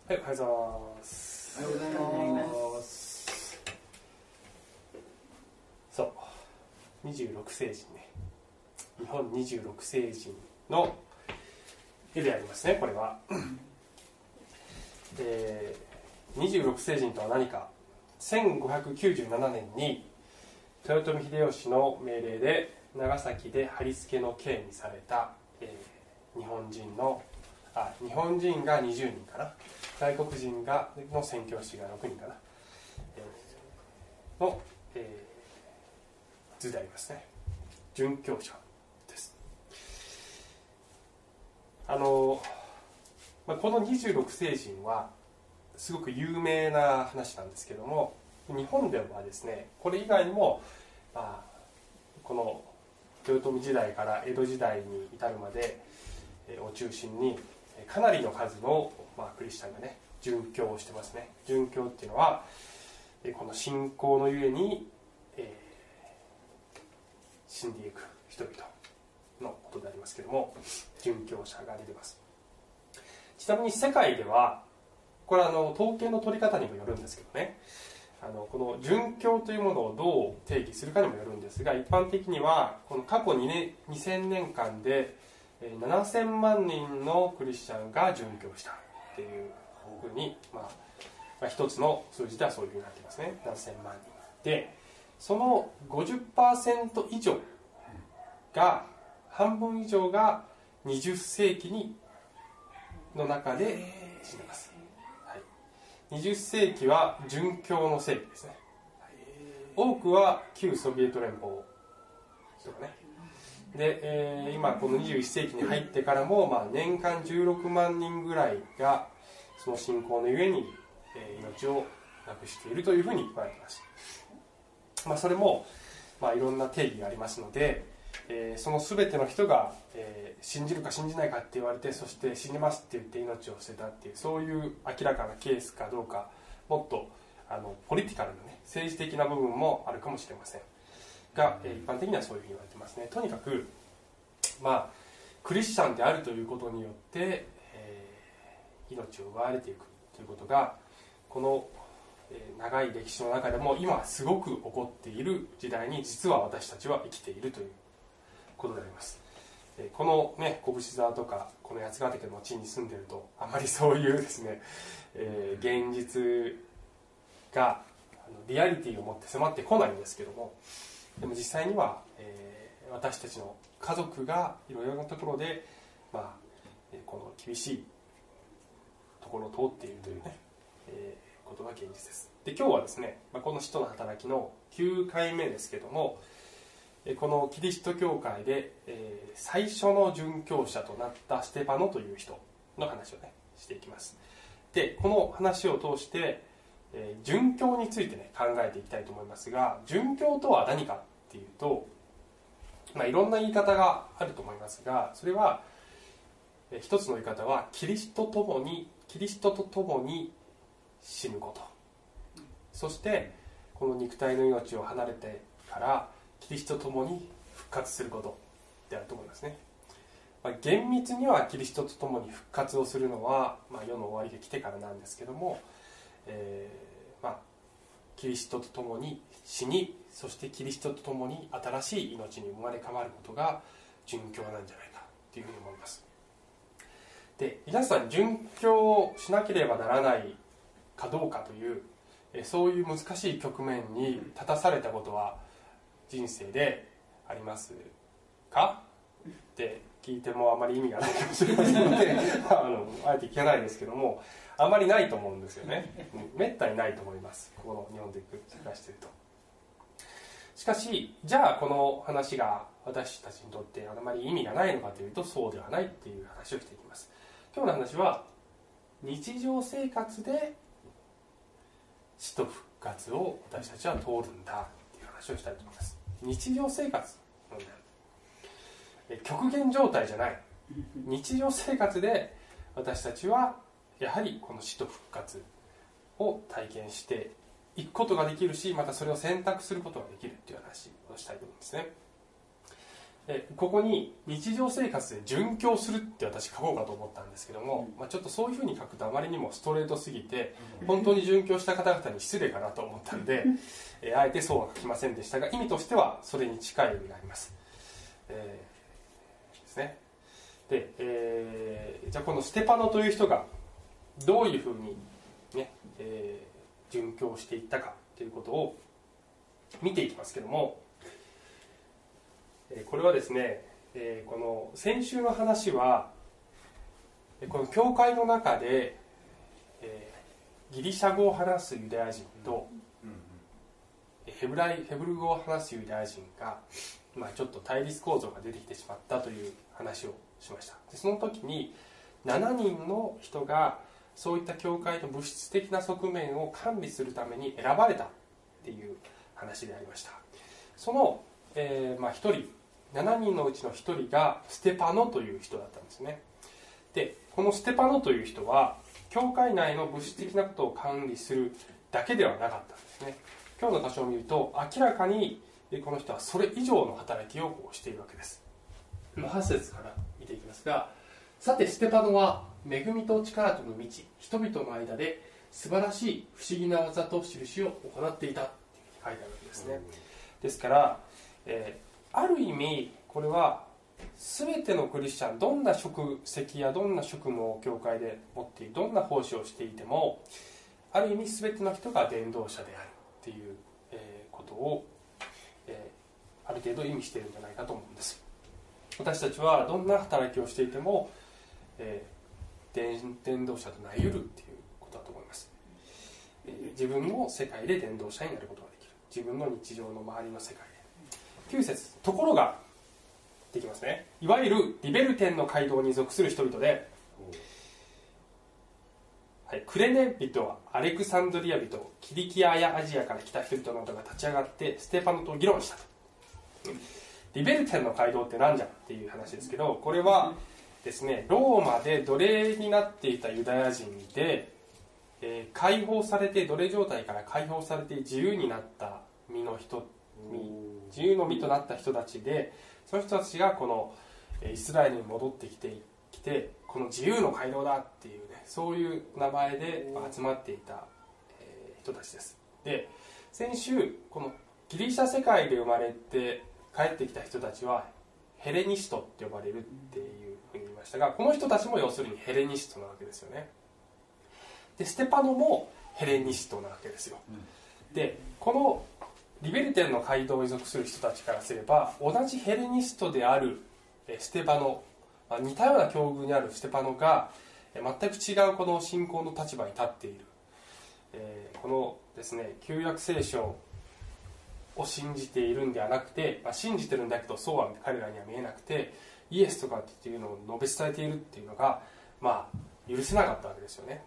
はい、おはようございます。 おはようございます。 そう、26世紀ね、日本26世紀の絵でありますね、これは。26世紀とは何か。1597年に豊臣秀吉の命令で長崎で貼り付けの刑にされた、日本人が20人かな、外国人の宣教師が6人かな、の、図でありますね。殉教者です。この26聖人はすごく有名な話なんですけども、日本ではですね、これ以外にも、この豊臣時代から江戸時代に至るまでを中心にかなりの数の、クリスチャンがね、殉教をしてますね。殉教っていうのはこの信仰のゆえに、死んでいく人々のことでありますけれども、殉教者が出てます。ちなみに世界ではこれは統計の取り方にもよるんですけどね、この殉教というものをどう定義するかにもよるんですが、一般的にはこの過去2000年間で7000万人のクリスチャンが殉教したっていうふうに、一つの数字ではそういうふうになっていますね。7000万人で、その 50% 以上が、半分以上が20世紀の中で死んでます。20世紀は殉教の世紀ですね。多くは旧ソビエト連邦とかね。で、今この21世紀に入ってからも、年間16万人ぐらいがその信仰のゆえに、命をなくしているというふうに言われています。それも、いろんな定義がありますので、その全ての人が、信じるか信じないかって言われて、そして死にますって言って命を捨てたっていう、そういう明らかなケースかどうか、もっとポリティカルなね、政治的な部分もあるかもしれませんが、一般的にはそういうふうに言われてますね。とにかくクリスチャンであるということによって、命を奪われていくということが、この長い歴史の中でも今すごく起こっている時代に、実は私たちは生きているということであります。このね、小淵沢とかこの八ヶ岳の地に住んでいると、あまりそういうですね、現実がリアリティを持って迫ってこないんですけども、でも実際には、私たちの家族がいろいろなところで、この厳しいところを通っているというね、ことが現実です。で、今日はですね、この使徒の働きの9回目ですけども、このキリスト教会で、最初の殉教者となったステパノという人の話をね、していきます。で、この話を通して、殉教についてね、考えていきたいと思いますが、殉教とは何かっていうと、いろんな言い方があると思いますが、それは一つの言い方はキリストと共に死ぬこと、そしてこの肉体の命を離れてからキリストと共に復活することであると思いますね。厳密にはキリストと共に復活をするのは、世の終わりが来てからなんですけども、キリストと共に死に、そしてキリストと共に新しい命に生まれ変わることが殉教なんじゃないかというふうに思います。で、皆さん殉教をしなければならないかどうかという、そういう難しい局面に立たされたことは人生でありますかって聞いてもあまり意味がないかもしれませんのであえて聞かないですけども、あまりないと思うんですよね。めったにないと思います、この日本で暮らしていると。しかし、じゃあこの話が私たちにとってあまり意味がないのかというと、そうではないっていう話をしていきます。今日の話は、日常生活で死と復活を私たちは通るんだっていう話をしたいと思います。日常生活のね、極限状態じゃない、日常生活で私たちはやはりこの死と復活を体験していくことができるし、またそれを選択することができるっていう話をしたいと思うんですね。 ここに日常生活で殉教するって私書こうかと思ったんですけども、ちょっとそういうふうに書くとあまりにもストレートすぎて本当に殉教した方々に失礼かなと思ったんで、あえてそうは書きませんでしたが、意味としてはそれに近い意味があります。ですね。で、じゃあこのステパノという人がどういうふうに、ね殉教していったかということを見ていきますけども、これはですね、この先週の話はこの教会の中で、ギリシャ語を話すユダヤ人とヘブル語を話すユダヤ人が、ちょっと対立構造が出てきてしまったという話をしました。でその時に7人の人がそういった教会の物質的な側面を管理するために選ばれたっていう話でありました。その、1人7人のうちの1人がステパノという人だったんですね。でこのステパノという人は教会内の物質的なことを管理するだけではなかったんですね。今日の箇所を見ると明らかにこの人はそれ以上の働きをしているわけです。8節から見ていきますが、さてステパノは恵みと力との満ち、人々の間で素晴らしい不思議な技と印を行っていたって書いてあるわけですね。ですから、ある意味これは全てのクリスチャン、どんな職責やどんな職務を教会で持っている、どんな奉仕をしていても、ある意味全ての人が伝道者であるっていう、ことを、ある程度意味しているんじゃないかと思うんです。私たちはどんな働きをしていても、伝道者となり得るっていうことだと思います。自分の世界で伝道者になることができる、自分の日常の周りの世界で。9節、ところができますね。いわゆるリベルテンの街道に属する人々で、クレネ人、アレクサンドリア人、キリキアやアジアから来た人々などが立ち上がってステパノと議論したと。リベルテンの街道って何じゃっていう話ですけど、これはですね、ローマで奴隷になっていたユダヤ人で、解放されて、奴隷状態から解放されて自由になった自由の身となった人たちで、その人たちがこのイスラエルに戻ってきてこの自由の街道だっていうね、そういう名前で集まっていた人たちです。で、先週このギリシャ世界で生まれて帰ってきた人たちはヘレニストって呼ばれるっていうふうに言いましたが、この人たちも要するにヘレニストなわけですよね。でステパノもヘレニストなわけですよ。でこのリベルテンの街道に属する人たちからすれば、同じヘレニストであるステパノ、似たような境遇にあるステパノが全く違うこの信仰の立場に立っている、このですね、旧約聖書を信じているんではなくて、信じてるんだけどそうは彼らには見えなくて、イエスとかっていうのを述べ伝えているっていうのが、許せなかったわけですよね。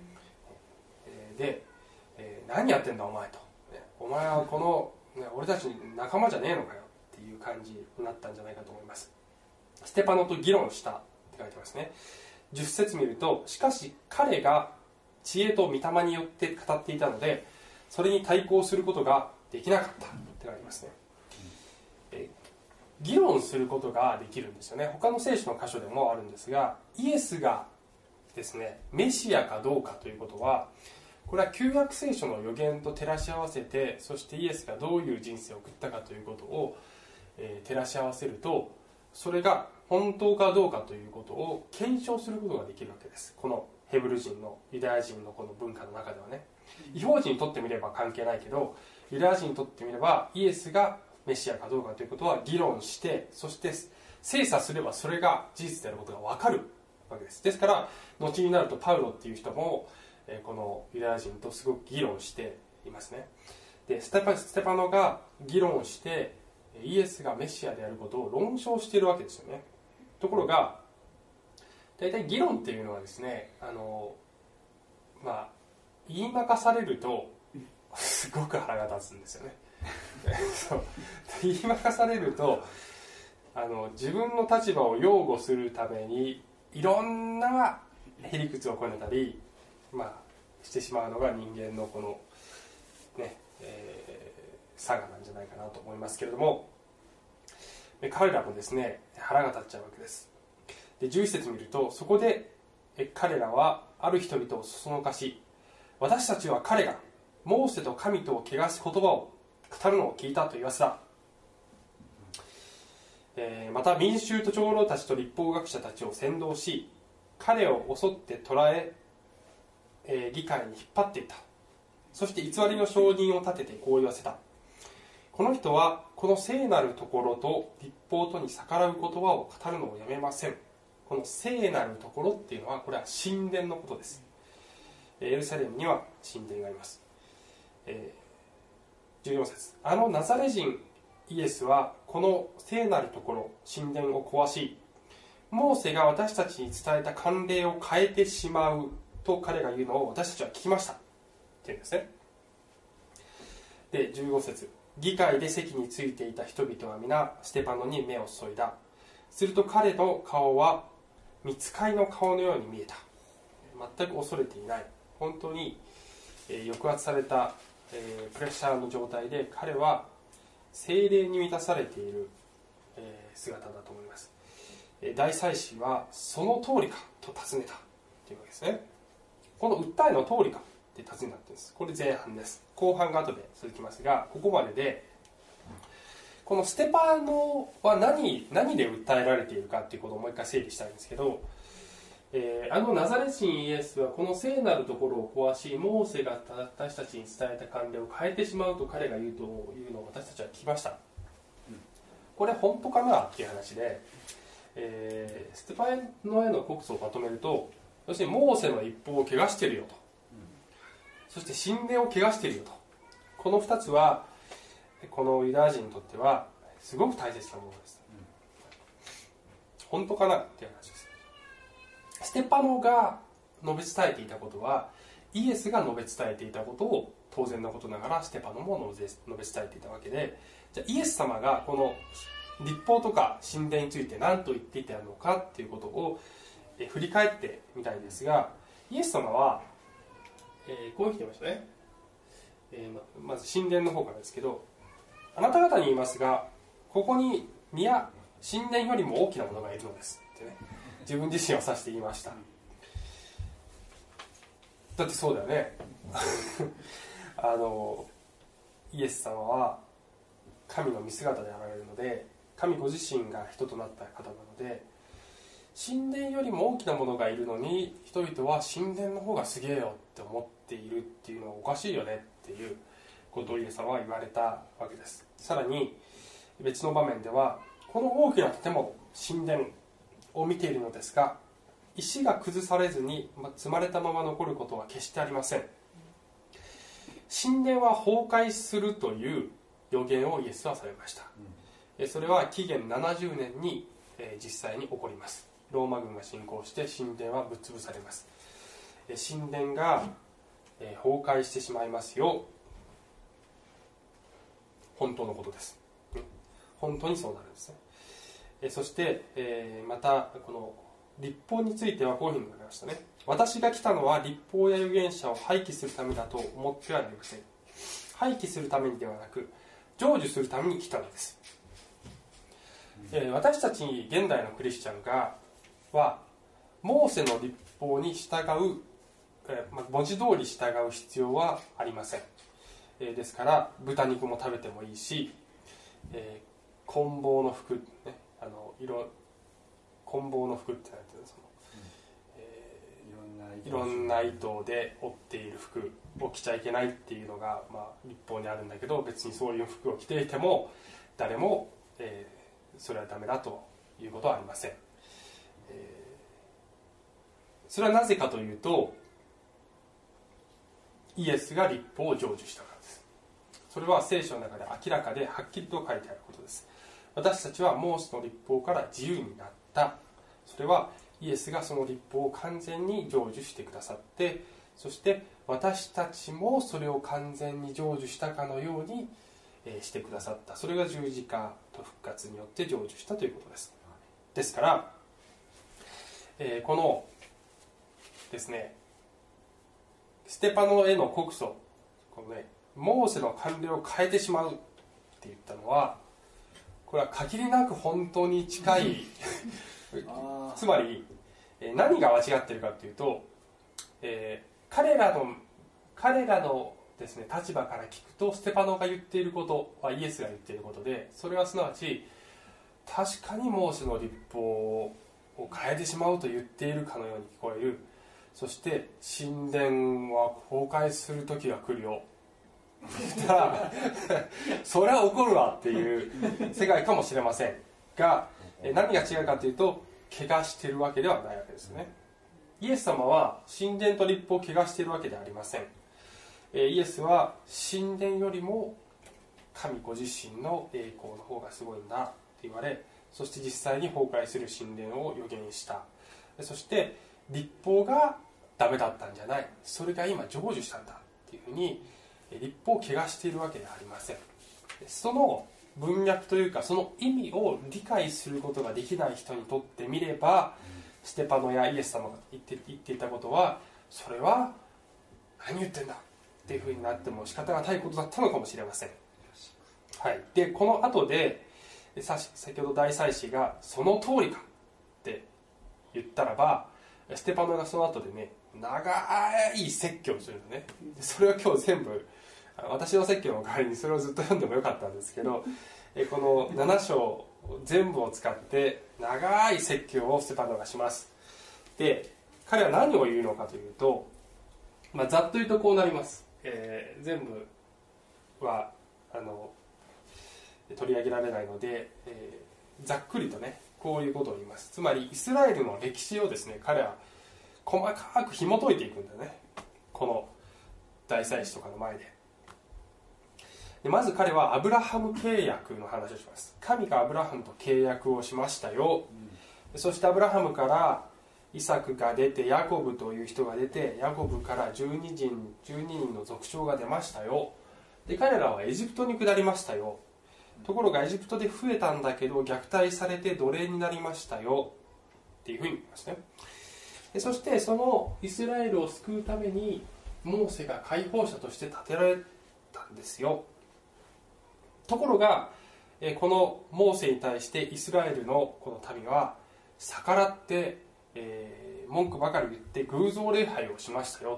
で、何やってんだお前と、お前はこの、俺たち仲間じゃねえのかよっていう感じになったんじゃないかと思います。ステパノと議論したって書いてますね。10節見ると、しかし彼が知恵と御霊によって語っていたので、それに対抗することができなかったって書いてますね。議論することができるんですよね。他の聖書の箇所でもあるんですが、イエスがですね、メシアかどうかということは、これは旧約聖書の予言と照らし合わせて、そしてイエスがどういう人生を送ったかということを、照らし合わせると、それが本当かどうかということを検証することができるわけです。このヘブル人のユダヤ人のこの文化の中ではね、異邦人にとってみれば関係ないけど、ユダヤ人にとってみればイエスがメシアかどうかということは議論して、そして精査すればそれが事実であることが分かるわけです。ですから後になるとパウロっていう人もこのユダヤ人とすごく議論していますね。でステパノが議論してイエスがメシアであることを論証しているわけですよね。ところが大体議論っていうのはですね、言いまかされるとすごく腹が立つんですよねそう言いまかされると自分の立場を擁護するためにいろんなへりくつをこねたり、してしまうのが人間のこのね、差がなんじゃないかなと思いますけれども、 彼らもですね腹が立っちゃうわけです。で11節見ると、そこで彼らはある人々をそそのかし、私たちは彼がモーセと神とを汚す言葉を語るのを聞いたと言わせた。また民衆と長老たちと律法学者たちを扇動し、彼を襲って捕らえ議会に引っ張っていった。そして偽りの証人を立ててこう言わせた。この人はこの聖なるところと律法とに逆らう言葉を語るのをやめません。この聖なるところっていうのは、これは神殿のことです。エルサレムには神殿があります。14節、あのナザレ人イエスはこの聖なるところ神殿を壊し、モーセが私たちに伝えた慣例を変えてしまうと彼が言うのを私たちは聞きましたっていうんですね。で15節、議会で席についていた人々は皆ステパノに目を注いだ。すると彼の顔は御使いの顔のように見えた。全く恐れていない、本当に抑圧されたプレッシャーの状態で、彼は聖霊に満たされている姿だと思います。大祭司はその通りかと尋ねたというわけですね。この訴えの通りかって尋ねたっていうんです。これ前半です。後半が後で続きますが、ここまででこのステパノは何で訴えられているかっていうことをもう一回整理したいんですけど、あのナザレ人イエスはこの聖なるところを壊し、モーセが私たちに伝えた慣例を変えてしまうと彼が言うというのを私たちは聞きました。これ本当かなっていう話で、ステパノへの告訴をまとめると、要するにモーセの律法を汚しているよと、そして神殿を汚しているよと、この2つはこのユダヤ人にとってはすごく大切なものです。本当かなっていう話です。ステパノが述べ伝えていたことはイエスが述べ伝えていたことを当然のことながらステパノも述べ伝えていたわけで、じゃあイエス様がこの律法とか神殿について何と言っていたのかっていうことを振り返ってみたいんですが、イエス様は、こういうふうに言いましたね。まず神殿の方からですけど、あなた方に言いますが、ここに宮神殿よりも大きなものがいるのですってね、自分自身を指して言いました。だってそうだよねイエス様は神の見姿であられるので、神ご自身が人となった方なので、神殿よりも大きなものがいるのに人々は神殿の方がすげえよって思っているっていうのはおかしいよねっていうことをイエス様は言われたわけです。さらに別の場面では、この大きな建物神殿を見ているのですが、石が崩されずに積まれたまま残ることは決してありません。神殿は崩壊するという予言をイエスはされました。それは紀元70年に実際に起こります。ローマ軍が侵攻して神殿はぶっ潰されます。神殿が崩壊してしまいますよ、本当のことです。本当にそうなるんですね。そしてまたこの律法についてはこういうふうに言われましたね。私が来たのは律法や預言者を廃棄するためだと思ってはなりません。廃棄するためにではなく成就するために来たのです。私たち現代のクリスチャンはモーセの律法に従う、文字通り従う必要はありません。ですから豚肉も食べてもいいし、棍棒の服、ね、棍棒の服って何ていうの、いろんな糸で織っている服を着ちゃいけないっていうのが、律法にあるんだけど、別にそういう服を着ていても誰も、それはダメだということはありません。それはなぜかというと、イエスが律法を成就したからです。それは聖書の中で明らかではっきりと書いてあることです。私たちはモーセの律法から自由になった。それはイエスがその律法を完全に成就してくださって、そして私たちもそれを完全に成就したかのようにしてくださった。それが十字架と復活によって成就したということです。ですから、このですね、ステパノへの告訴、このね、モーセの慣例を変えてしまうって言ったのは、 これは限りなく本当に近いつまり何が間違っているかというと、彼らのですね、立場から聞くとステパノが言っていることはイエスが言っていることで、それはすなわち確かにモーセの律法を変えてしまうと言っているかのように聞こえる。そして神殿は崩壊する時が来るよって言ったらそれは起こるわっていう世界かもしれませんが、何が違うかというと、怪我しているわけではないわけですね。イエス様は神殿と律法を怪我しているわけではありません。イエスは神殿よりも神ご自身の栄光の方がすごいんだと言われ、そして実際に崩壊する神殿を予言した。そして律法がダメだったんじゃない、それが今成就したんだっていうふうに律法を怪我しているわけではありません。その文脈というか、その意味を理解することができない人にとってみれば、ステパノやイエス様が言っていたことは、それは何言ってんだっていうふうになっても仕方がないことだったのかもしれません。はい、でこの後で先ほど大祭司がその通りかって言ったらば、ステパノがその後でね、長い説教をするのね。それを今日全部私の説教の代わりにそれをずっと読んでもよかったんですけど、この7章全部を使って長い説教をステパノがします。で彼は何を言うのかというと、ざっと言うとこうなります。全部は取り上げられないので、ざっくりとねこういうことを言います。つまりイスラエルの歴史をですね、彼は細かく紐解いていくんだね、この大祭司とかの前で。まず彼はアブラハム契約の話をします。神がアブラハムと契約をしましたよ、そしてアブラハムからイサクが出て、ヤコブという人が出て、ヤコブから12人の族長が出ましたよ。で彼らはエジプトに下りましたよ。ところがエジプトで増えたんだけど虐待されて奴隷になりましたよっていうふうに言いますね。でそしてそのイスラエルを救うためにモーセが解放者として立てられたんですよ。ところがこのモーセに対してイスラエルのこの民は逆らって、文句ばかり言って偶像礼拝をしましたよ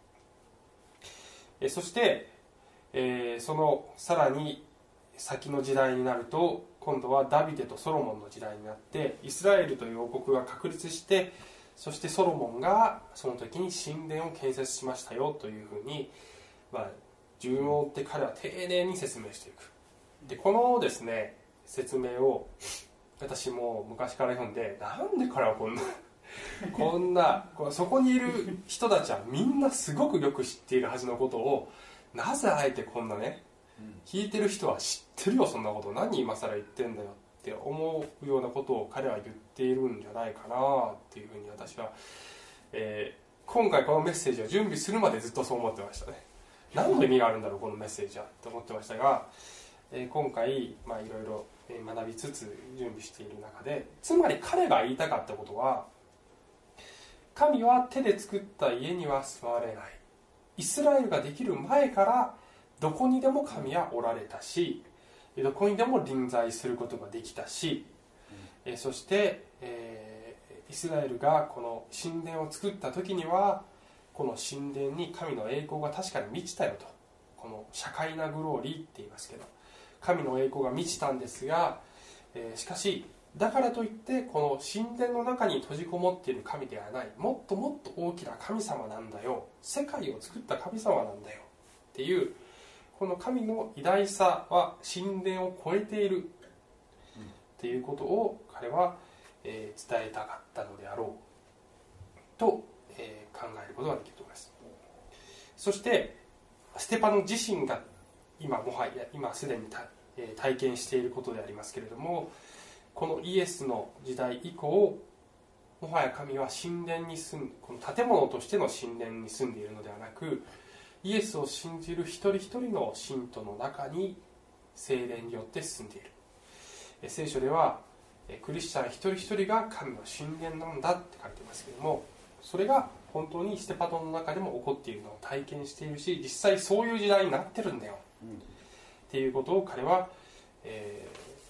と。そして、そのさらに先の時代になると、今度はダビデとソロモンの時代になって、イスラエルという王国が確立して、そしてソロモンがその時に神殿を建設しましたよというふうに、順を追って彼は丁寧に説明していく。でこのですね説明を私も昔から読んで、なんで彼はこんなそこにいる人たちはみんなすごくよく知っているはずのことを、なぜあえてこんなね、聞いてる人は知ってるよそんなこと、何今更言ってんだよって思うようなことを彼は言っているんじゃないかなっていうふうに私は、今回このメッセージを準備するまでずっとそう思ってましたね。何の意味があるんだろうこのメッセージはって思ってましたが、今回いろいろ学びつつ準備している中で、つまり彼が言いたかったことは、神は手で作った家には住まれない。イスラエルができる前からどこにでも神はおられたし、どこにでも臨在することができたし、そして、イスラエルがこの神殿を作った時にはこの神殿に神の栄光が確かに満ちたよと。このシャカイナグローリーって言いますけど、神の栄光が満ちたんですが、しかしだからといってこの神殿の中に閉じこもっている神ではない、もっともっと大きな神様なんだよ、世界を作った神様なんだよっていう、この神の偉大さは神殿を超えているっていうことを彼は、伝えたかったのであろうと、考えることができると思います。そしてステパノ自身が今すでに体験していることでありますけれども、このイエスの時代以降、もはや神は神殿にこの建物としての神殿に住んでいるのではなく、イエスを信じる一人一人の信徒の中に聖霊によって住んでいる。聖書ではクリスチャン一人一人が神の神殿なんだって書いてますけれども、それが本当にステパノの中でも起こっているのを体験しているし、実際そういう時代になってるんだよっていうことを彼は、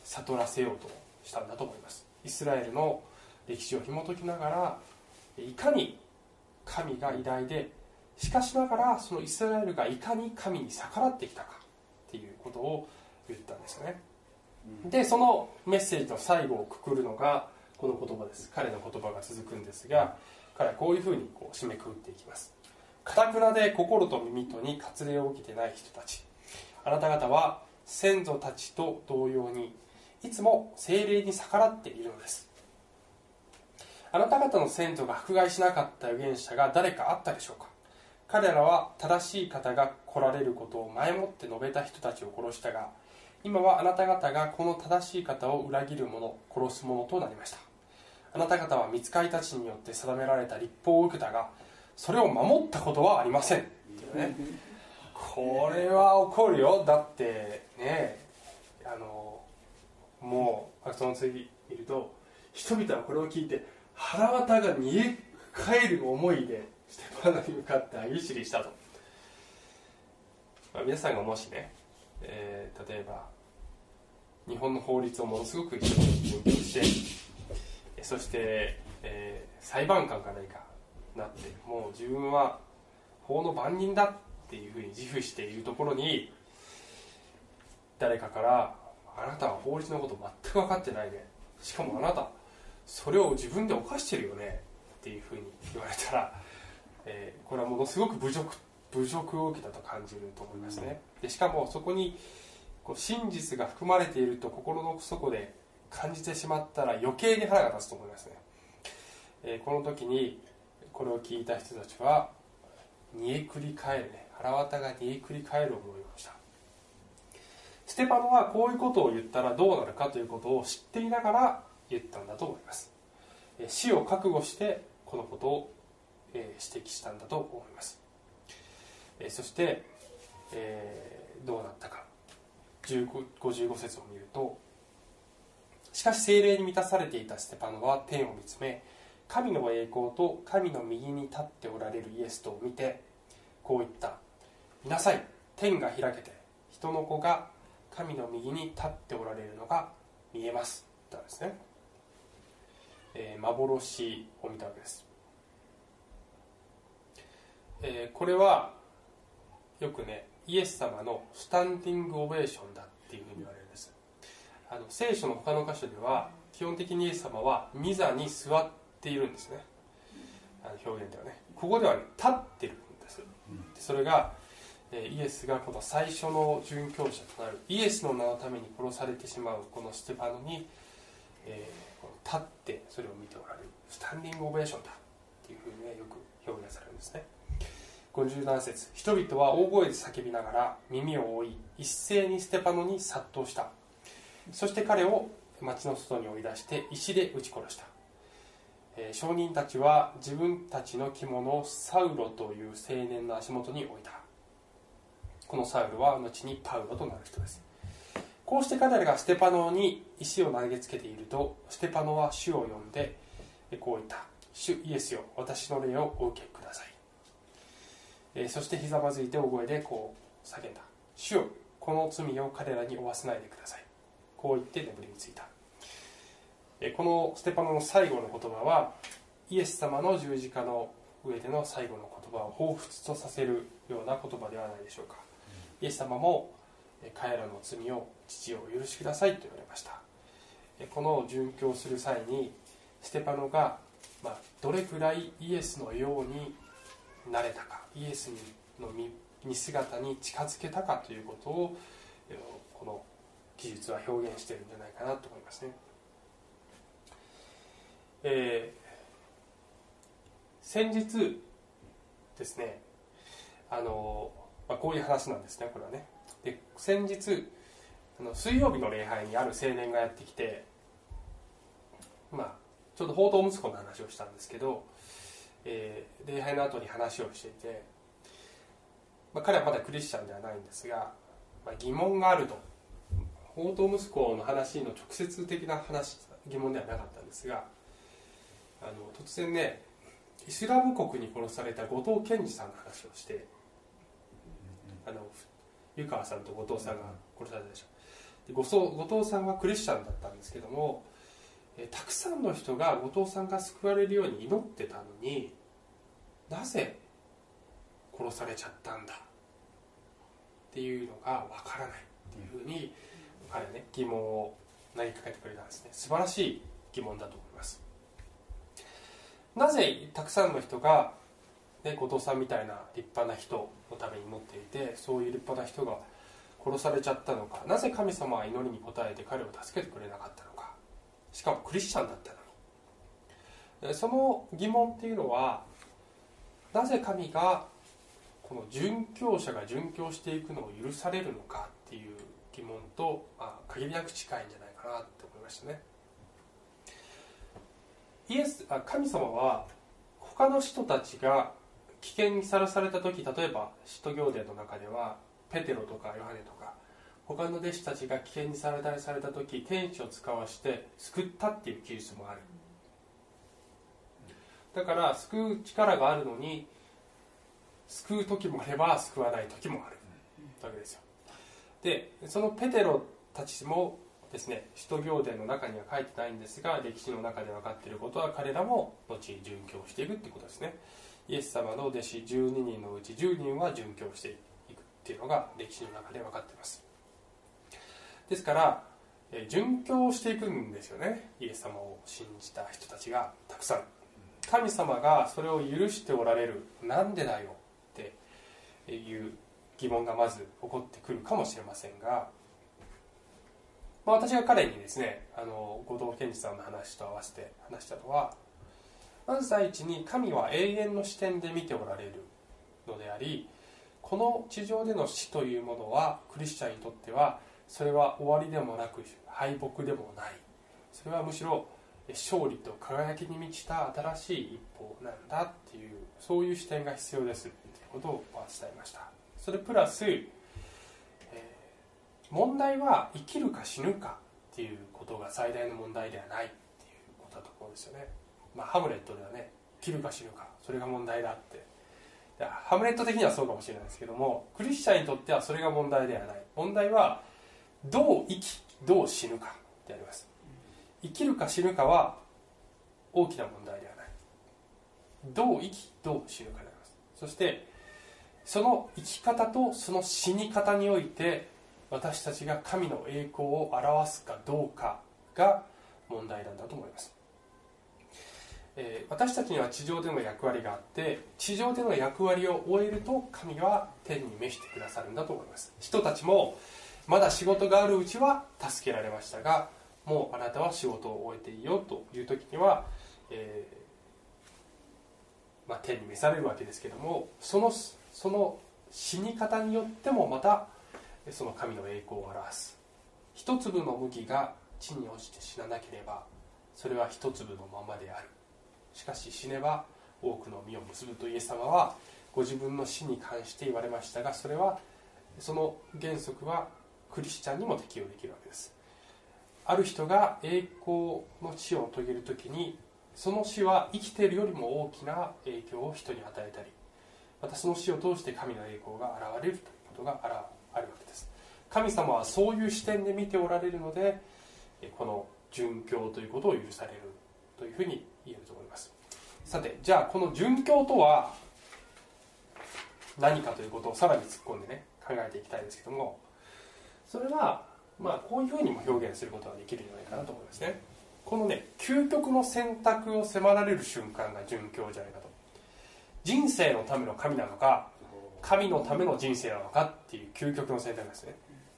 悟らせようとしたんだと思います。イスラエルの歴史を紐解きながら、いかに神が偉大で、しかしながらそのイスラエルがいかに神に逆らってきたかっていうことを言ったんですよね。でそのメッセージの最後をくくるのがこの言葉です。彼の言葉が続くんですが、彼はこういうふうに締めくくっていきます。堅くなで心と耳とに割礼を受けてない人たち、あなた方は先祖たちと同様にいつも聖霊に逆らっているのです。あなた方の先祖が迫害しなかった預言者が誰かあったでしょうか。彼らは正しい方が来られることを前もって述べた人たちを殺したが、今はあなた方がこの正しい方を裏切る者、殺す者となりました。あなた方は御使いたちによって定められた立法を受けたが、それを守ったことはありませんっていうね。これは怒るよ。だってね、もうその次見ると、人々はこれを聞いて腹渡が煮え返る思いでステパノに向かって歯ぎしりしたと。皆さんがもしね、例えば日本の法律をものすごく一生懸命勉強して、そして、裁判官か何かなって、もう自分は法の番人だっていうふうに自負しているところに、誰かからあなたは法律のこと全く分かってないね、しかもあなたそれを自分で犯してるよねっていうふうに言われたら、これはものすごく侮辱を受けたと感じると思いますね。でしかもそこに真実が含まれていると心の底で感じてしまったら余計に腹が立つと思いますね。この時にこれを聞いた人たちは煮えくり返るね、腹渡が煮えくり返る思いをした。ステパノはこういうことを言ったらどうなるかということを知っていながら言ったんだと思います。死を覚悟してこのことを指摘したんだと思います。そして、どうなったか、55節を見ると、しかし聖霊に満たされていたステパノは天を見つめ、神の栄光と神の右に立っておられるイエスとを見てこう言った。見なさい、天が開けて人の子が神の右に立っておられるのが見えますと言ったんですね。幻を見たわけです。これはよくね、イエス様のスタンディングオベーションだっていうふうに言われるんです。聖書の他の箇所では基本的にイエス様は御座に座っているんですね。表現ではね、ここでは、ね、立ってるんです。でそれがイエスがこの最初の殉教者となるイエスの名のために殺されてしまうこのステパノに、立ってそれを見ておられるスタンディングオベーションだっていうふうに、ね、よく表現されるんですね。57節、人々は大声で叫びながら耳を覆い一斉にステパノに殺到した。そして彼を町の外に追い出して石で撃ち殺した。証人たちは自分たちの着物をサウロという青年の足元に置いた。このサウロは後にパウロとなる人です。こうして彼らがステパノに石を投げつけていると、ステパノは主を呼んでこう言った。主イエスよ、私の霊をお受けください。そしてひざまずいて大声でこう叫んだ。主よ、この罪を彼らに負わせないでください。こう言って眠りについた。このステパノの最後の言葉はイエス様の十字架の上での最後の言葉を彷彿とさせるような言葉ではないでしょうか。イエス様も彼らの罪を父をお許しくださいと言われました。この殉教する際にステパノが、どれくらいイエスのようになれたか、イエスの見姿に近づけたかということをこの記述は表現しているんじゃないかなと思いますね。先日ですね、こういう話なんですね、これはね。で先日水曜日の礼拝にある青年がやってきて、ちょうど放蕩息子の話をしたんですけど、礼拝の後に話をしていて、彼はまだクリスチャンではないんですが、疑問があると。放蕩息子の話の直接的な疑問ではなかったんですが、突然ね、イスラム国に殺された後藤健二さんの話をして、湯川さんと後藤さんが殺されたでしょ。 後藤さんはクリスチャンだったんですけども、たくさんの人が後藤さんが救われるように祈ってたのに、なぜ殺されちゃったんだっていうのがわからないっていうふうに彼はね、疑問を投げかけてくれたんですね。素晴らしい疑問だと思います。なぜたくさんの人が、ね、後藤さんみたいな立派な人のために祈っていて、そういう立派な人が殺されちゃったのか、なぜ神様は祈りに応えて彼を助けてくれなかったのか、しかもクリスチャンだったのに。その疑問っていうのは、なぜ神がこの殉教者が殉教していくのを許されるのかっていう疑問と、限りなく近いんじゃないかなって思いましたね。神様は他の人たちが危険にさらされた時、例えば使徒行伝の中ではペテロとかヨハネとか他の弟子たちが危険にされた時、天使を使わして救ったっていう記述もある。だから救う力があるのに、救う時もあれば救わない時もあるわけですよ。で、そのペテロたちもですね、使徒行伝の中には書いてないんですが、歴史の中で分かっていることは、彼らも後に殉教していくということですね。イエス様の弟子12人のうち10人は殉教していくっていうのが歴史の中で分かっています。ですから殉教していくんですよね、イエス様を信じた人たちがたくさん。神様がそれを許しておられる、なんでだよっていう疑問がまず起こってくるかもしれませんが、私が彼にですね、後藤健二さんの話と合わせて話したのは、まず第一に神は永遠の視点で見ておられるのであり、この地上での死というものはクリスチャンにとってはそれは終わりでもなく敗北でもない、それはむしろ勝利と輝きに満ちた新しい一歩なんだっていう、そういう視点が必要ですということを伝えました。それプラス、問題は生きるか死ぬかっていうことが最大の問題ではないっていうことだと思うんですよね。ハムレットではね、生きるか死ぬか、それが問題だって、ハムレット的にはそうかもしれないですけども、クリスチャンにとってはそれが問題ではない。問題はどう生きどう死ぬかであります。生きるか死ぬかは大きな問題ではない。どう生きどう死ぬかであります。そしてその生き方とその死に方において、私たちが神の栄光を表すかどうかが問題なんだと思います。私たちには地上での役割があって、地上での役割を終えると神は天に召してくださるんだと思います。人たちもまだ仕事があるうちは助けられましたが、もうあなたは仕事を終えていいよという時には、天に召されるわけですけども、その死に方によってもまたその神の栄光を表す。一粒の麦が地に落ちて死ななければ、それは一粒のままである。しかし死ねば多くの実を結ぶとイエス様はご自分の死に関して言われましたが、その原則はクリスチャンにも適用できるわけです。ある人が栄光の死を遂げるときに、その死は生きているよりも大きな影響を人に与えたり、またその死を通して神の栄光が現れるということがあるわけです。神様はそういう視点で見ておられるので、この殉教ということを許されるというふうに言えると思います。さて、じゃあこの殉教とは何かということをさらに突っ込んでね、考えていきたいですけども、それはこういうふうにも表現することができるんじゃないかなと思いますね。このね、究極の選択を迫られる瞬間が殉教じゃないかと。人生のための神なのか、神のための人生なのかっていう究極の選択ですね。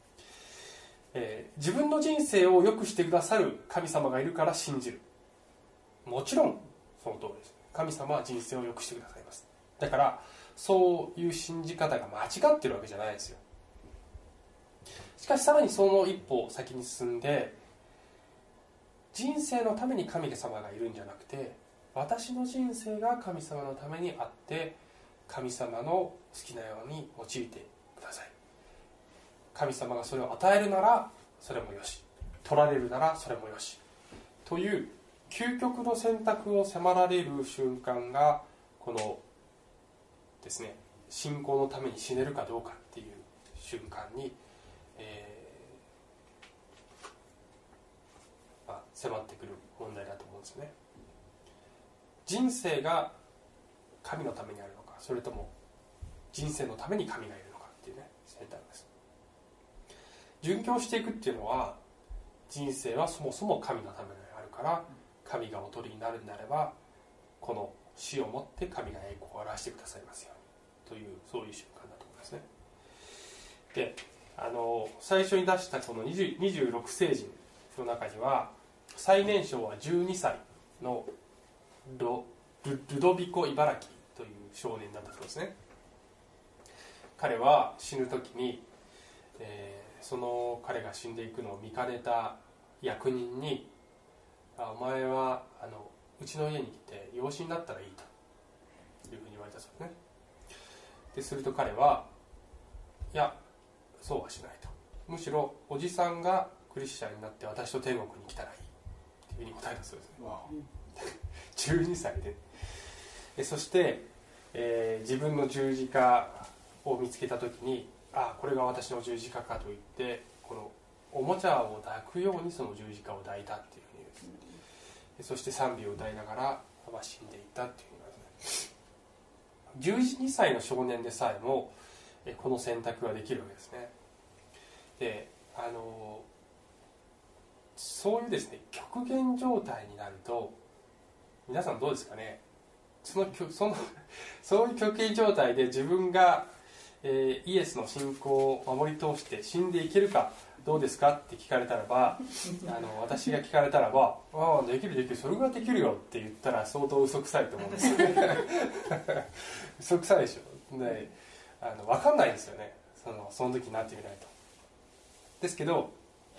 自分の人生を良くしてくださる神様がいるから信じる。もちろんその通りです。神様は人生を良くしてくださいます。だからそういう信じ方が間違ってるわけじゃないですよ。しかしさらにその一歩先に進んで、人生のために神様がいるんじゃなくて、私の人生が神様のためにあって、神様の好きなように用いてください。神様がそれを与えるならそれもよし、取られるならそれもよしという究極の選択を迫られる瞬間が、このですね、信仰のために死ねるかどうかっていう瞬間に、 迫ってくる問題だと思うんですよね。人生が神のためにあるのか、それとも人生のために神がいるのかっていうね、選択です。殉教していくっていうのは、人生はそもそも神のためにあるから、神がおとりになるんであれば、この死をもって神が栄光を表してくださいますようにという、そういう瞬間だと思いますね。で、最初に出したこの26聖人の中には、最年少は12歳のルドビコ・イバラキという少年だったそうですね。彼は死ぬ時に、その彼が死んでいくのを見かねた役人に、お前はうちの家に来て養子になったらいいというふうに言われたそうですね。ですると彼は、いや、そうはしないと、むしろおじさんがクリスチャンになって私と天国に来たらいいというふうに答えたそうですね。12歳で。そして、自分の十字架を見つけた時に、これが私の十字架かと言って、このおもちゃを抱くようにその十字架を抱いたっていうふうに言うんです。そして賛美を歌いながら、死んでいったっていうふうに言われますね。12歳の少年でさえもこの選択ができるわけですね。で、そういうですね、極限状態になると、皆さんどうですかね。そういう極限状態で自分が、イエスの信仰を守り通して死んでいけるかどうですかって聞かれたらば、私が聞かれたらば、できるできる、それぐらいできるよって言ったら相当嘘くさいと思うんですよ嘘くさいでしょ。で、分かんないですよね、その時になってみないと。ですけど、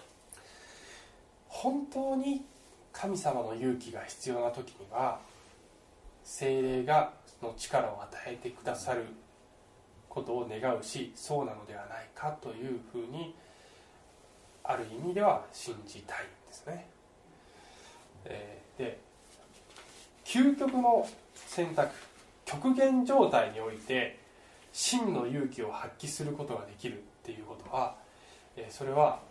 本当に神様の勇気が必要な時には、聖霊がその力を与えてくださることを願うし、そうなのではないかというふうに、ある意味では信じたいんですね。で、究極の選択、極限状態において真の勇気を発揮することができるっていうことは、それは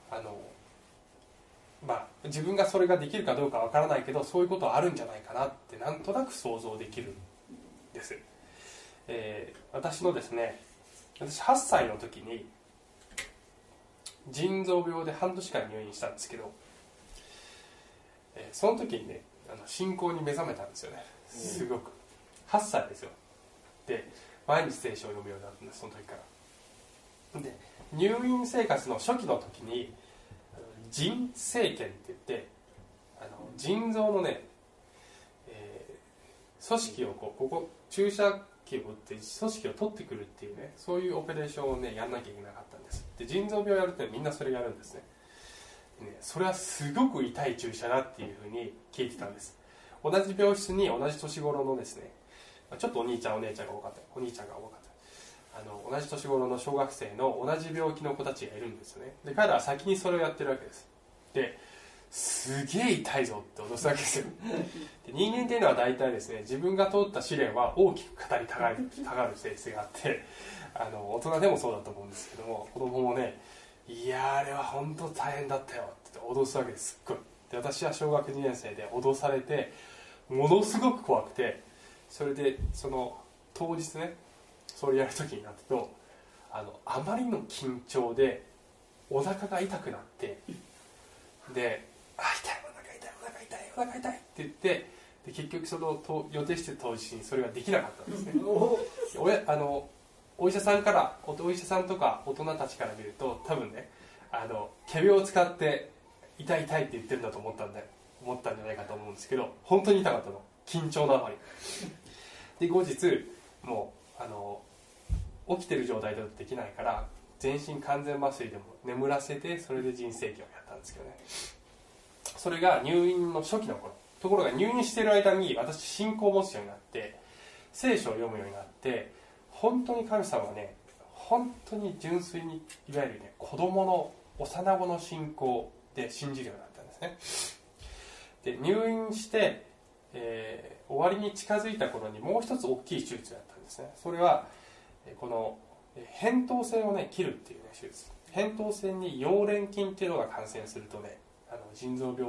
自分がそれができるかどうかわからないけど、そういうことはあるんじゃないかなってなんとなく想像できるんです。私のですね、私8歳の時に腎臓病で半年間入院したんですけど、その時にね、信仰に目覚めたんですよね。すごく8歳ですよ。で、毎日聖書を読むようになったんです、その時から。で、入院生活の初期の時に腎生検って言って、腎臓のね、組織をここ注射器を打って組織を取ってくるっていうね、そういうオペレーションをねやんなきゃいけなかったんです。で、腎臓病やるってみんなそれやるんですね。でね、それはすごく痛い注射だっていうふうに聞いてたんです。同じ病室に同じ年頃のですね、ちょっとお兄ちゃんお姉ちゃんが多かった、お兄ちゃんが多かった、同じ年頃の小学生の同じ病気の子たちがいるんですよね。で、彼らは先にそれをやってるわけです。で、すげえ痛いぞって脅すわけですよ。で、人間っていうのは大体ですね、自分が通った試練は大きく語りたがる性質があって、大人でもそうだと思うんですけども、子供もね、いやあれは本当大変だったよって脅すわけです。すっごい。で、私は小学2年生で脅されてものすごく怖くて、それでその当日ね、それやる時になってと、あまりの緊張でお腹が痛くなって、で、痛い、お腹痛いって言って、で、結局その予定して当日にそれができなかったんですね。お医者さんとか大人たちから見ると、多分ね、仮病を使って痛いって言ってるんだと思ったんじゃないかと思うんですけど、本当に痛かったの、緊張のあまりで。後日もう起きてる状態だとできないから、全身完全麻酔でも眠らせて、それで腎生検をやったんですけどね。それが入院の初期の頃。ところが入院している間に私信仰を持つようになって、聖書を読むようになって、本当に神様はね、本当に純粋に、いわゆるね、子供の幼子の信仰で信じるようになったんですね。で、入院して、終わりに近づいた頃にもう一つ大きい手術をやったんですね。それはこの扁桃腺をね切るっていう、ね、手術。扁桃腺に溶連菌っていうのが感染するとね、腎臓病っ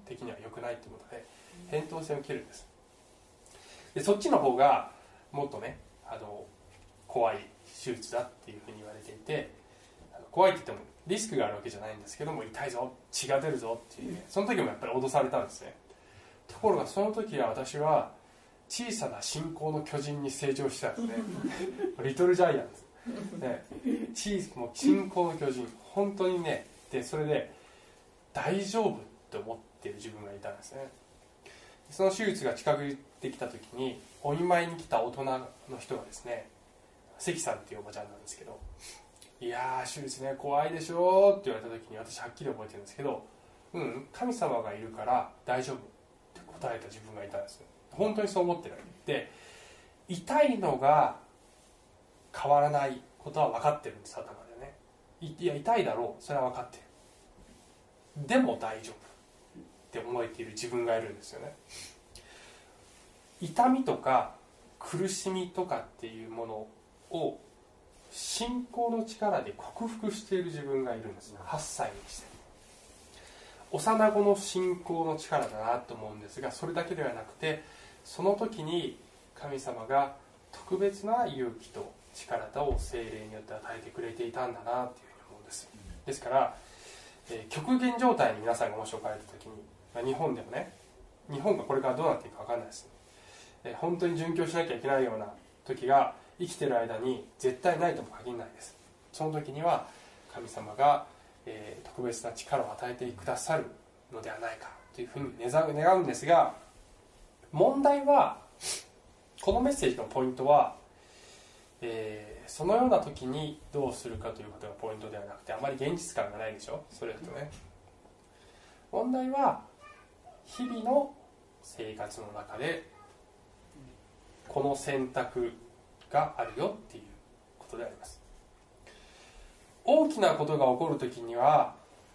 的には良くないということで扁桃腺を切るんです。でそっちの方がもっとね怖い手術だっていうふうに言われていて、怖いって言ってもリスクがあるわけじゃないんですけども、痛いぞ、血が出るぞっていう、ね、その時もやっぱり脅されたんですね。ところがその時は私は小さな信仰の巨人に成長したんですねリトルジャイアンツ、ね、もう信仰の巨人、本当にね。でそれで大丈夫って思っている自分がいたんですね。その手術が近づいてきた時にお見舞いに来た大人の人がですね、関さんっていうおばちゃんなんですけど、いやー手術ね怖いでしょって言われた時に私はっきり覚えてるんですけど、神様がいるから大丈夫って答えた自分がいたんです。本当にそう思ってる。で痛いのが変わらないことは分かってるんです、頭でね。いや痛いだろう、それは分かってる、でも大丈夫って思えている自分がいるんですよね。痛みとか苦しみとかっていうものを信仰の力で克服している自分がいるんです。8歳にして幼子の信仰の力だなと思うんですが、それだけではなくてその時に神様が特別な勇気と力を聖霊によって与えてくれていたんだなというふうに思うんです。ですから、極限状態に皆さんがもし置かれた時に、日本でもね、日本がこれからどうなっていくか分からないです、本当に殉教しなきゃいけないような時が生きている間に絶対ないとも限らないです。その時には神様が、特別な力を与えてくださるのではないかというふうに願うんですが、問題はこのメッセージのポイントは、そのような時にどうするかということがポイントではなくて、あまり現実感がないでしょ、それだとね。問題は日々の生活の中でこの選択があるよっていうことであります。大きなことが起こるときには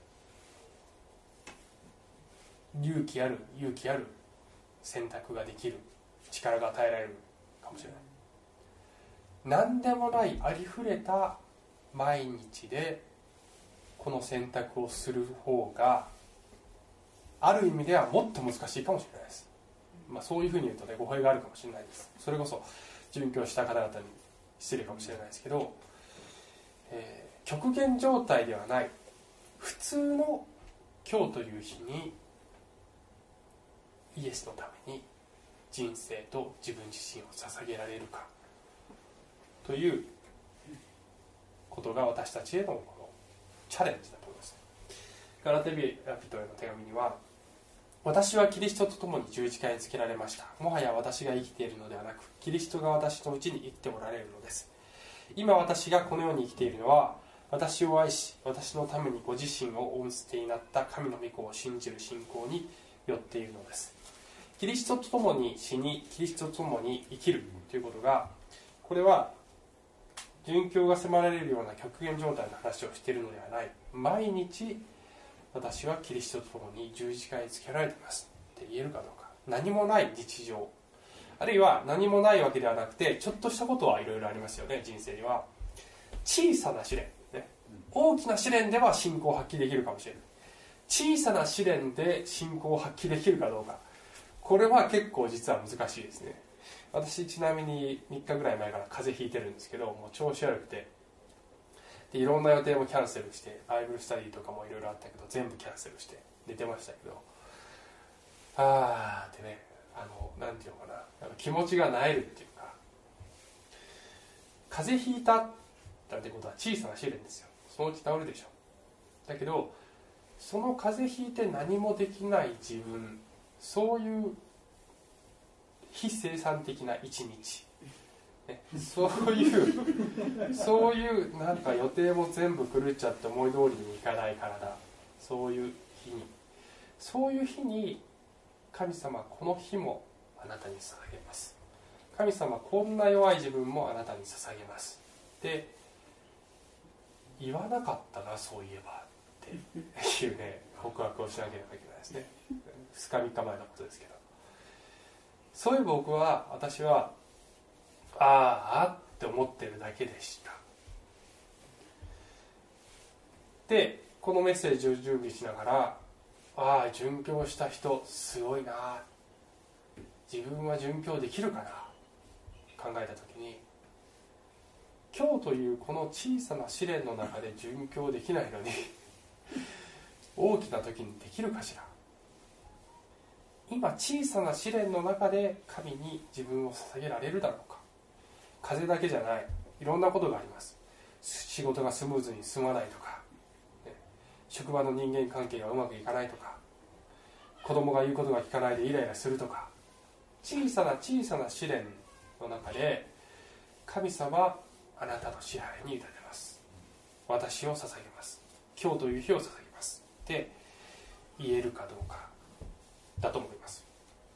勇気ある選択ができる力が与えられるかもしれない。何でもないありふれた毎日でこの選択をする方がある意味ではもっと難しいかもしれないです。そういうふうに言うとね、語弊があるかもしれないです。それこそ殉教した方々に失礼かもしれないですけど、極限状態ではない普通の今日という日にイエスのために人生と自分自身を捧げられるかということが私たちへのこのチャレンジだと思います。ガラテ人への手紙には、私はキリストと共に十字架につけられました。もはや私が生きているのではなく、キリストが私のうちに生きておられるのです。今私がこの世に生きているのは、私を愛し、私のためにご自身をお捨てになった神の御子を信じる信仰によっているのです。キリストと共に死に、キリストと共に生きるということが、これは殉教が迫られるような極限状態の話をしているのではない。毎日私はキリストと共に十字架につけられていますって言えるかどうか。何もない日常、あるいは何もないわけではなくて、ちょっとしたことはいろいろありますよね。人生には小さな試練、ね、大きな試練では信仰を発揮できるかもしれない。小さな試練で信仰を発揮できるかどうか、これは結構実は難しいですね。私ちなみに3日ぐらい前から風邪ひいてるんですけど、もう調子悪くて、でいろんな予定もキャンセルして、バイブルスタディとかもいろいろあったけど全部キャンセルして寝てましたけど、ってね、なんていうのかな、気持ちが萎えるっていうか、風邪ひいたってことは小さな試練ですよ。そのうち治るでしょ。だけどその風邪ひいて何もできない自分、そういう非生産的な一日、ね、そういうなんか予定も全部狂っちゃって思い通りにいかない体、そういう日に神様、この日もあなたに捧げます。神様、こんな弱い自分もあなたに捧げますって言わなかったな、そういえばっていうね、告白をしなければいけないですね。2日3日前のことですけど、そういう私はって思ってるだけでした。でこのメッセージを準備しながら、 ああ殉教した人すごいな、自分は殉教できるかな、考えた時に、今日というこの小さな試練の中で殉教できないのに大きな時にできるかしら。今小さな試練の中で神に自分を捧げられるだろうか。風邪だけじゃない、いろんなことがあります。仕事がスムーズに進まないとか、職場の人間関係がうまくいかないとか、子供が言うことが聞かないでイライラするとか、小さな小さな試練の中で神様、あなたの支配に委ねます、私を捧げます、今日という日を捧げますって言えるかどうかだと思います。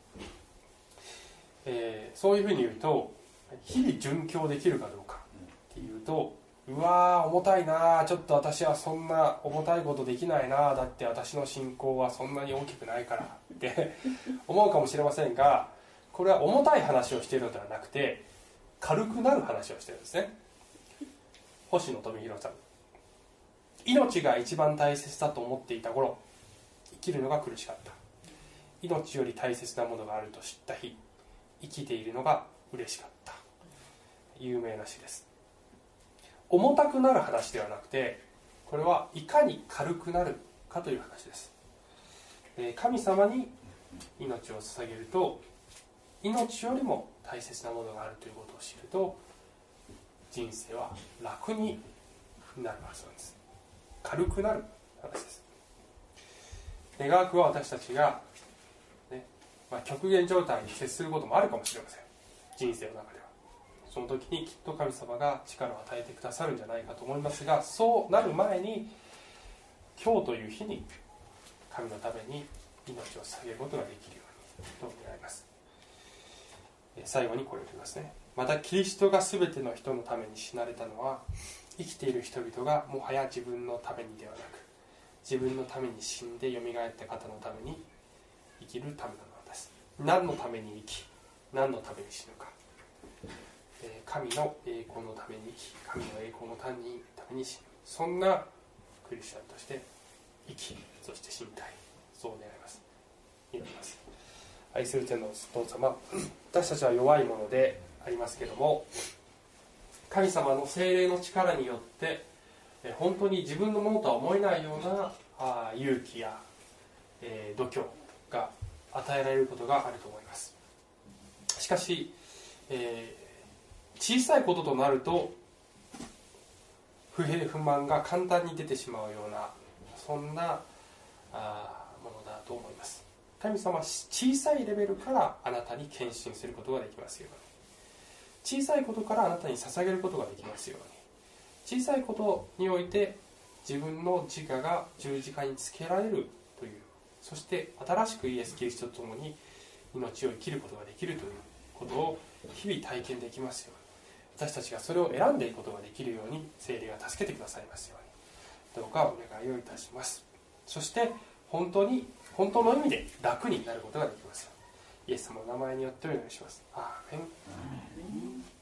そういうふうに言うと、日々殉教できるかどうかっていうと、うわー重たいな、ちょっと私はそんな重たいことできないな、だって私の信仰はそんなに大きくないからって思うかもしれませんが、これは重たい話をしているのではなくて、軽くなる話をしているんですね。星野富弘さん、命が一番大切だと思っていた頃、生きるのが苦しかった。命より大切なものがあると知った日、生きているのが嬉しかった。有名な詩です。重たくなる話ではなくて、これはいかに軽くなるかという話です。神様に命を捧げると、命よりも大切なものがあるということを知ると、人生は楽になるはずなんです。軽くなる話です。願わくは私たちが、極限状態に接することもあるかもしれません、人生の中では。その時にきっと神様が力を与えてくださるんじゃないかと思いますが、そうなる前に今日という日に神のために命を捧げることができるようにと願います。最後にこれを言いますね。またキリストが全ての人のために死なれたのは、生きている人々がもはや自分のためにではなく、自分のために死んでよみがえった方のために生きるためなのです。何のために生き、何のために死ぬか、神の栄光のために生き、神の栄光のために死ぬ、そんなクリスチャンとして生き、そして死にたい、そう願います。祈ります。愛する天のお父様、私たちは弱いものでありますけれども、神様の聖霊の力によって本当に自分のものとは思えないような勇気や度胸が与えられることがあると思います。しかし、小さいこととなると不平不満が簡単に出てしまうような、そんなものだと思います。神様は小さいレベルからあなたに献身することができますように、小さいことからあなたに捧げることができますように、小さいことにおいて自分の自我が十字架につけられるという、そして新しくイエス・キリストと共に命を生きることができるということを日々体験できますように、私たちがそれを選んでいくことができるように聖霊が助けてくださいますように、どうかお願いをいたします。そして本当の意味で楽になることができます。イエス様の名前によってお願いします。アーメン。